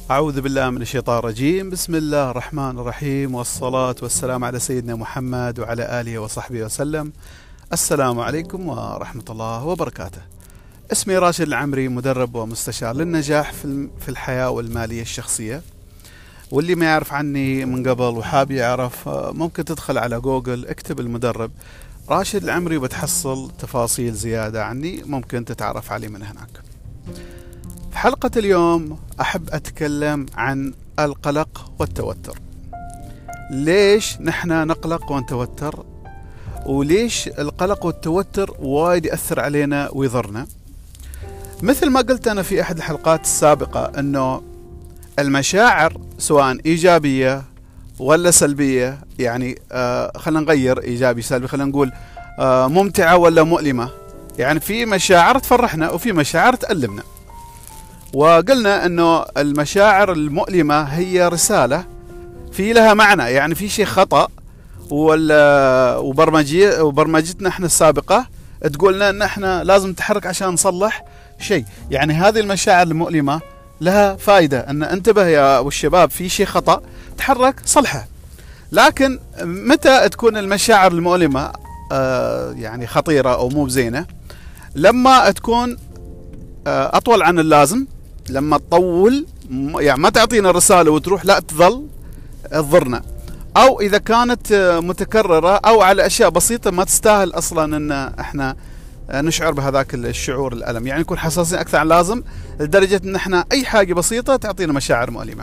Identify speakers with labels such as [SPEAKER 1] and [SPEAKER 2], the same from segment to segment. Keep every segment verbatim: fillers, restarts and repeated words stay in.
[SPEAKER 1] أعوذ بالله من الشيطان الرجيم. بسم الله الرحمن الرحيم، والصلاة والسلام على سيدنا محمد وعلى آله وصحبه وسلم. السلام عليكم ورحمة الله وبركاته. اسمي راشد العمري، مدرب ومستشار للنجاح في الحياة والمالية الشخصية. واللي ما يعرف عني من قبل وحاب يعرف ممكن تدخل على جوجل، اكتب المدرب راشد العمري وبتحصل تفاصيل زيادة عني، ممكن تتعرف علي من هناك. في حلقة اليوم أحب أتكلم عن القلق والتوتر. ليش نحن نقلق ونتوتر؟ وليش القلق والتوتر وايد يأثر علينا ويضرنا؟ مثل ما قلت أنا في أحد الحلقات السابقة أنه المشاعر سواء إيجابية ولا سلبية، يعني آه خلينا نغير إيجابي سلبي، خلينا نقول آه ممتعة ولا مؤلمة. يعني في مشاعر تفرحنا وفي مشاعر تألمنا، وقلنا أنه المشاعر المؤلمة هي رسالة في لها معنى، يعني في شيء خطأ، وبرمجية وبرمجتنا احنا السابقة تقول لنا ان احنا لازم نتحرك عشان نصلح شيء. يعني هذه المشاعر المؤلمة لها فائدة، ان انتبه يا والشباب في شيء خطأ، تحرك صلحه. لكن متى تكون المشاعر المؤلمة آه يعني خطيرة او مو بزينة؟ لما تكون آه اطول عن اللازم، لما تطول، يعني ما تعطينا الرسالة وتروح، لا تظل تضرنا، او اذا كانت متكررة او على اشياء بسيطة ما تستاهل اصلا ان احنا نشعر بهذاك الشعور الالم. يعني نكون حساسين اكثر عن اللازم لدرجة ان احنا اي حاجة بسيطة تعطينا مشاعر مؤلمة.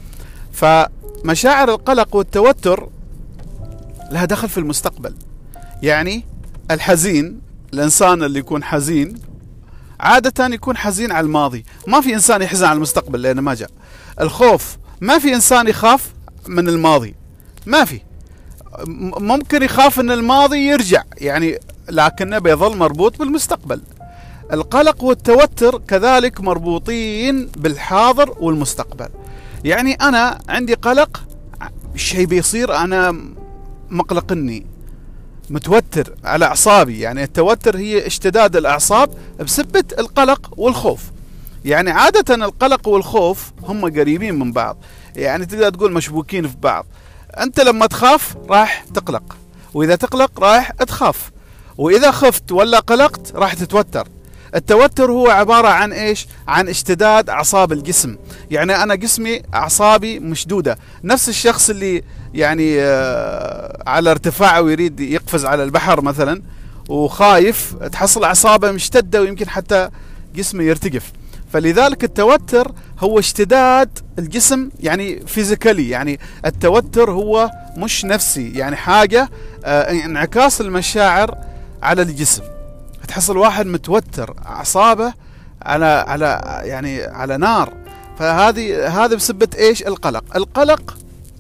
[SPEAKER 1] فمشاعر القلق والتوتر لها دخل في المستقبل. يعني الحزين، الانسان اللي يكون حزين عادة يكون حزين على الماضي، ما في انسان يحزن على المستقبل لانه ما جاء. الخوف، ما في انسان يخاف من الماضي، ما في. ممكن يخاف ان الماضي يرجع يعني، لكنه بيظل مربوط بالمستقبل. القلق والتوتر كذلك مربوطين بالحاضر والمستقبل. يعني انا عندي قلق، شيء بيصير انا مقلقني، متوتر على اعصابي. يعني التوتر هي اشتداد الاعصاب بسبة القلق والخوف. يعني عادة القلق والخوف هم قريبين من بعض، يعني تقدر تقول مشبوكين في بعض. انت لما تخاف راح تقلق، واذا تقلق راح تخاف، واذا خفت ولا قلقت راح تتوتر. التوتر هو عبارة عن ايش؟ عن اشتداد اعصاب الجسم. يعني انا جسمي اعصابي مشدودة، نفس الشخص اللي يعني آه على ارتفاع ويريد يقفز على البحر مثلا وخايف، تحصل اعصابه مشتدة ويمكن حتى جسمه يرتجف. فلذلك التوتر هو اشتداد الجسم، يعني فيزيكالي. يعني التوتر هو مش نفسي، يعني حاجة اه انعكاس المشاعر على الجسم. تحصل واحد متوتر اعصابه على على يعني على نار. فهذه هذا بسبة ايش؟ القلق. القلق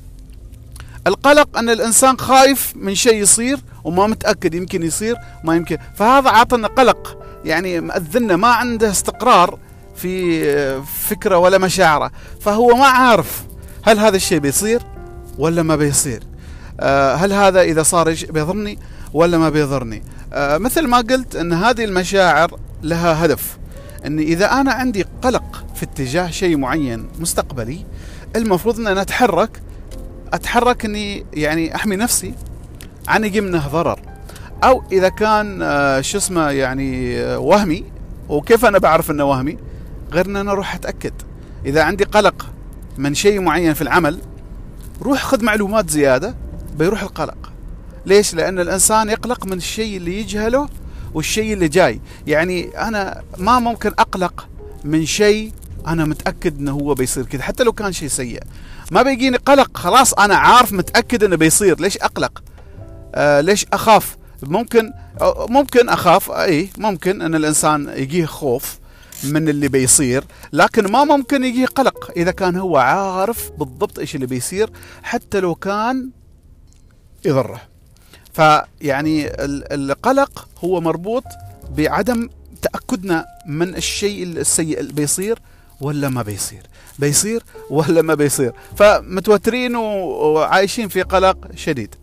[SPEAKER 1] القلق ان الانسان خايف من شيء يصير وما متأكد، يمكن يصير ما يمكن، فهذا عطنا قلق، يعني مأذننا، ما عنده استقرار في فكرة ولا مشاعره، فهو ما عارف هل هذا الشيء بيصير ولا ما بيصير، آه هل هذا إذا صار بيضرني ولا ما بيضرني. آه مثل ما قلت أن هذه المشاعر لها هدف، أن إذا أنا عندي قلق في اتجاه شيء معين مستقبلي، المفروض أن أنا أتحرك أتحرك أني يعني أحمي نفسي عن يجي منه ضرر. أو إذا كان آه شو اسمه يعني آه وهمي، وكيف أنا بعرف أنه وهمي؟ غير أن أنا أروح أتأكد. إذا عندي قلق من شيء معين في العمل، روح خذ معلومات زيادة، بيروح القلق. ليش؟ لأن الإنسان يقلق من الشيء اللي يجهله والشيء اللي جاي. يعني أنا ما ممكن أقلق من شيء أنا متأكد أنه هو بيصير كذا، حتى لو كان شيء سيء ما بيجيني قلق. خلاص أنا عارف متأكد أنه بيصير، ليش أقلق؟ آه ليش أخاف؟ ممكن ممكن أخاف، أي ممكن أن الإنسان يجيه خوف من اللي بيصير، لكن ما ممكن يجيه قلق إذا كان هو عارف بالضبط إيش اللي بيصير حتى لو كان يضره. فيعني القلق هو مربوط بعدم تأكدنا من الشيء السيء اللي بيصير ولا ما بيصير، بيصير ولا ما بيصير، فمتوترين وعايشين في قلق شديد.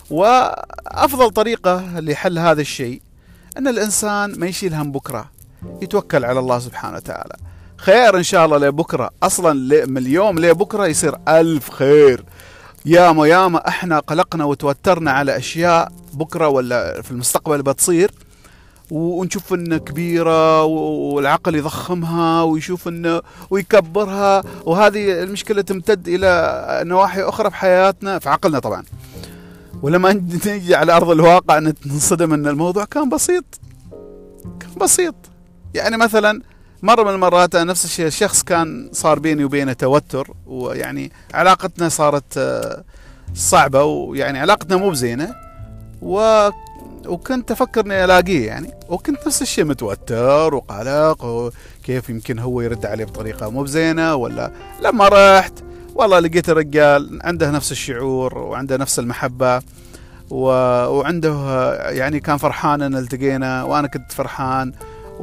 [SPEAKER 1] وأفضل طريقة لحل هذا الشيء أن الإنسان ما يشيل هم بكرة، يتوكل على الله سبحانه وتعالى. خير ان شاء الله لبكره، اصلا من اليوم لبكره يصير الف خير. ياما ياما احنا قلقنا وتوترنا على اشياء بكره ولا في المستقبل بتصير، ونشوف انها كبيره والعقل يضخمها ويشوف انه ويكبرها، وهذه المشكله تمتد الى نواحي اخرى في حياتنا في عقلنا طبعا. ولما نيجي على ارض الواقع ننصدم ان الموضوع كان بسيط، كان بسيط. يعني مثلا مرة من المرات نفس الشيء، الشخص كان صار بيني وبينه توتر، ويعني علاقتنا صارت صعبة، ويعني علاقتنا مو بزينة، و وكنت افكر اني الاقيه يعني، وكنت نفس الشيء متوتر وقلق، وكيف يمكن هو يرد عليه بطريقة مو بزينة ولا. لما رحت والله لقيت الرجال عنده نفس الشعور وعنده نفس المحبة، و... وعنده يعني كان فرحان ان التقينا، وانا كنت فرحان،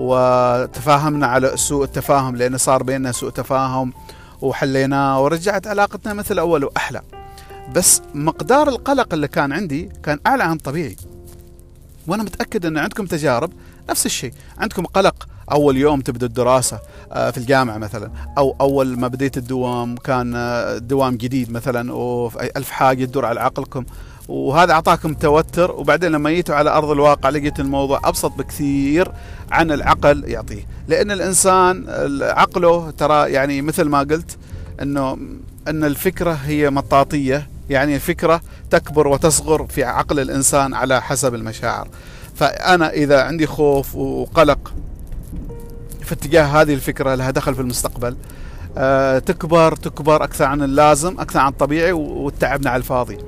[SPEAKER 1] وتفاهمنا على سوء التفاهم لأنه صار بيننا سوء تفاهم وحليناه، ورجعت علاقتنا مثل أول وأحلى. بس مقدار القلق اللي كان عندي كان أعلى عن طبيعي، وأنا متأكد أن عندكم تجارب نفس الشيء. عندكم قلق أول يوم تبدأ الدراسة في الجامعة مثلا، أو أول ما بديت الدوام كان دوام جديد مثلا، وفي ألف حاجة تدور على عقلكم، وهذا أعطاكم توتر. وبعدين لما جيتوا على أرض الواقع لقيت الموضوع أبسط بكثير عن العقل يعطيه. لأن الإنسان عقله ترى يعني مثل ما قلت أنه أن الفكرة هي مطاطية، يعني الفكرة تكبر وتصغر في عقل الإنسان على حسب المشاعر. فأنا إذا عندي خوف وقلق في اتجاه هذه الفكرة لها دخل في المستقبل، أه تكبر تكبر أكثر عن اللازم، أكثر عن الطبيعي، وتتعبنا على الفاضي.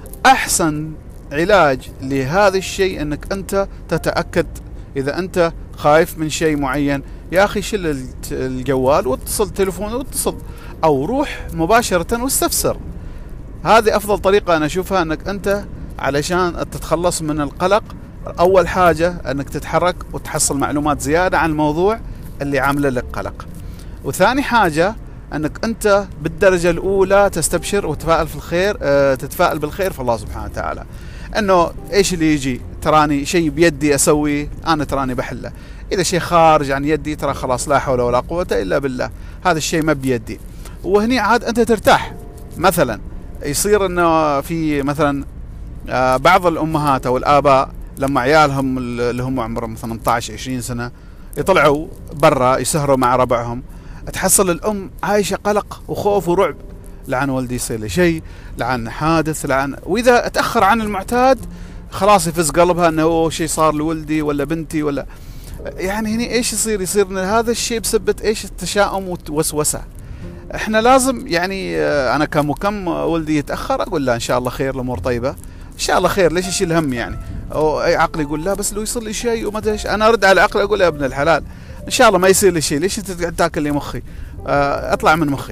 [SPEAKER 1] أحسن علاج لهذا الشيء أنك أنت تتأكد إذا أنت خايف من شيء معين، يا أخي شل الجوال واتصل تليفون واتصل، أو روح مباشرة واستفسر. هذه أفضل طريقة أنا أشوفها أنك أنت علشان تتخلص من القلق. أول حاجة أنك تتحرك وتحصل معلومات زيادة عن الموضوع اللي عامله لك قلق. وثاني حاجة أنك أنت بالدرجة الأولى تستبشر وتتفائل في الخير، أه تتفائل بالخير في الله سبحانه وتعالى، أنه إيش اللي يجي تراني شيء بيدي أسويه، أنا تراني بحله. إذا شيء خارج عن يدي ترى خلاص لا حول ولا قوة إلا بالله، هذا الشيء ما بيدي. وهني عاد أنت ترتاح. مثلا يصير أنه في مثلا أه بعض الأمهات أو الآباء لما عيالهم اللي هم عمرهم ثمانية عشر عشرين سنة يطلعوا برا يسهروا مع ربعهم، تحصل الأم عايشة قلق وخوف ورعب، لعن ولدي يصير لي شيء، لعن حادث، لعن. وإذا أتأخر عن المعتاد خلاص يفز قلبها أنه شيء صار لولدي ولا بنتي ولا. يعني هنا إيش يصير؟ يصير إن هذا الشيء بسبة إيش؟ التشاؤم والوسوسة. إحنا لازم يعني أنا كمكم ولدي يتأخر أقول لا إن شاء الله خير، الأمور طيبة إن شاء الله خير، ليش أشيل هم يعني؟ أو أي عقل يقول لا بس لو يصير لي شيء وما أدري إيش، أنا أرد على عقلي أقول يا ابن الحلال إن شاء الله ما يصير لي شيء، ليش أنت قاعد تاكل لي مخي؟ أه أطلع من مخي.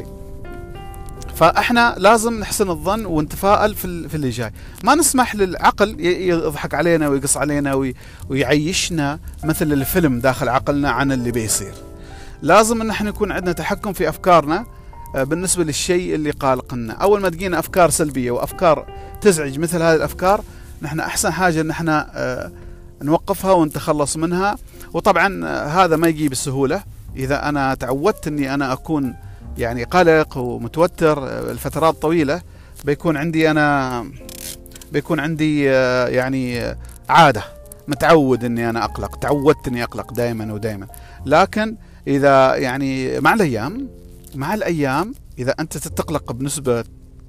[SPEAKER 1] فإحنا لازم نحسن الظن ونتفائل في, في اللي جاي، ما نسمح للعقل يضحك علينا ويقص علينا ويعيشنا مثل الفيلم داخل عقلنا عن اللي بيصير. لازم ان احنا يكون عندنا تحكم في افكارنا بالنسبة للشيء اللي قالقنا. اول ما تجينا افكار سلبية وافكار تزعج مثل هذه الافكار، نحن احسن حاجة ان احنا نوقفها ونتخلص منها. وطبعا هذا ما يجي بالسهولة. اذا انا تعودت اني انا اكون يعني قلق ومتوتر الفترات طويلة، بيكون عندي أنا بيكون عندي يعني عادة، متعود إني أنا أقلق، تعودت إني أقلق دائما ودائما. لكن إذا يعني مع الأيام مع الأيام إذا أنت تتقلق بنسبة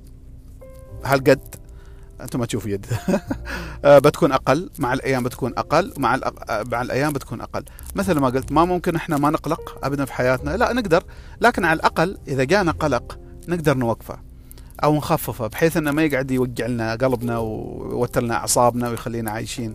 [SPEAKER 1] هالقد، أنتم ما تشوفوا يد بتكون أقل مع الأيام، بتكون أقل مع الأق... مع الأيام بتكون أقل. مثل ما قلت ما ممكن إحنا ما نقلق أبدا في حياتنا، لا نقدر، لكن على الأقل إذا جانا قلق نقدر نوقفه أو نخففه بحيث إنه ما يقعد يوجع لنا قلبنا ويوتر لنا أعصابنا ويخلينا عايشين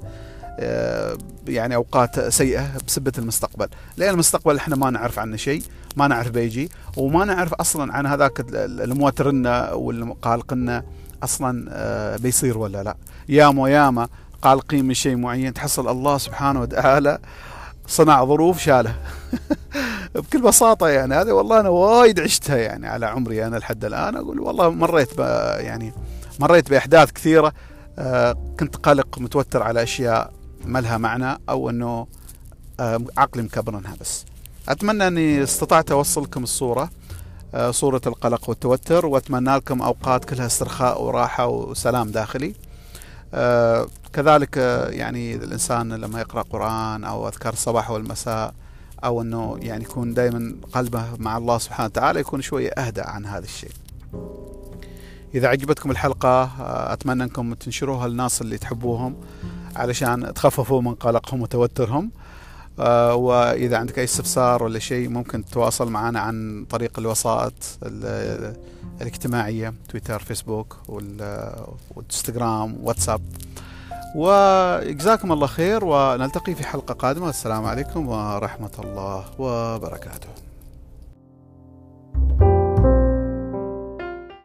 [SPEAKER 1] يعني أوقات سيئة بسبة المستقبل. لأن المستقبل إحنا ما نعرف عنه شيء، ما نعرف بيجي، وما نعرف أصلا عن هذاك الموترنا والقالقنا أصلا بيصير ولا لا. ياما ياما قالقين من شيء معين، تحصل الله سبحانه وتعالى صنع ظروف شاله بكل بساطة. يعني هذا والله أنا وايد عشتها يعني على عمري أنا لحد الآن، أقول والله مريت يعني مريت بأحداث كثيرة، كنت قلق متوتر على أشياء ما لها معنى، أو أنه عقلي مكبرنها بس. أتمنى أني استطعت أوصلكم الصورة، صورة القلق والتوتر، وأتمنى لكم أوقات كلها استرخاء وراحة وسلام داخلي. كذلك يعني الإنسان لما يقرأ قرآن أو أذكار الصباح والمساء، أو أنه يعني يكون دائما قلبه مع الله سبحانه وتعالى، يكون شوية أهدى عن هذا الشيء. إذا عجبتكم الحلقة أتمنى أنكم تنشروها للناس اللي تحبوهم علشان تخففوا من قلقهم وتوترهم. وإذا عندك أي استفسار ولا شيء ممكن تتواصل معنا عن طريق الوسائط الاجتماعية، تويتر، فيسبوك، والانستغرام، واتساب. وجزاكم الله خير، ونلتقي في حلقة قادمة. السلام عليكم ورحمة الله وبركاته.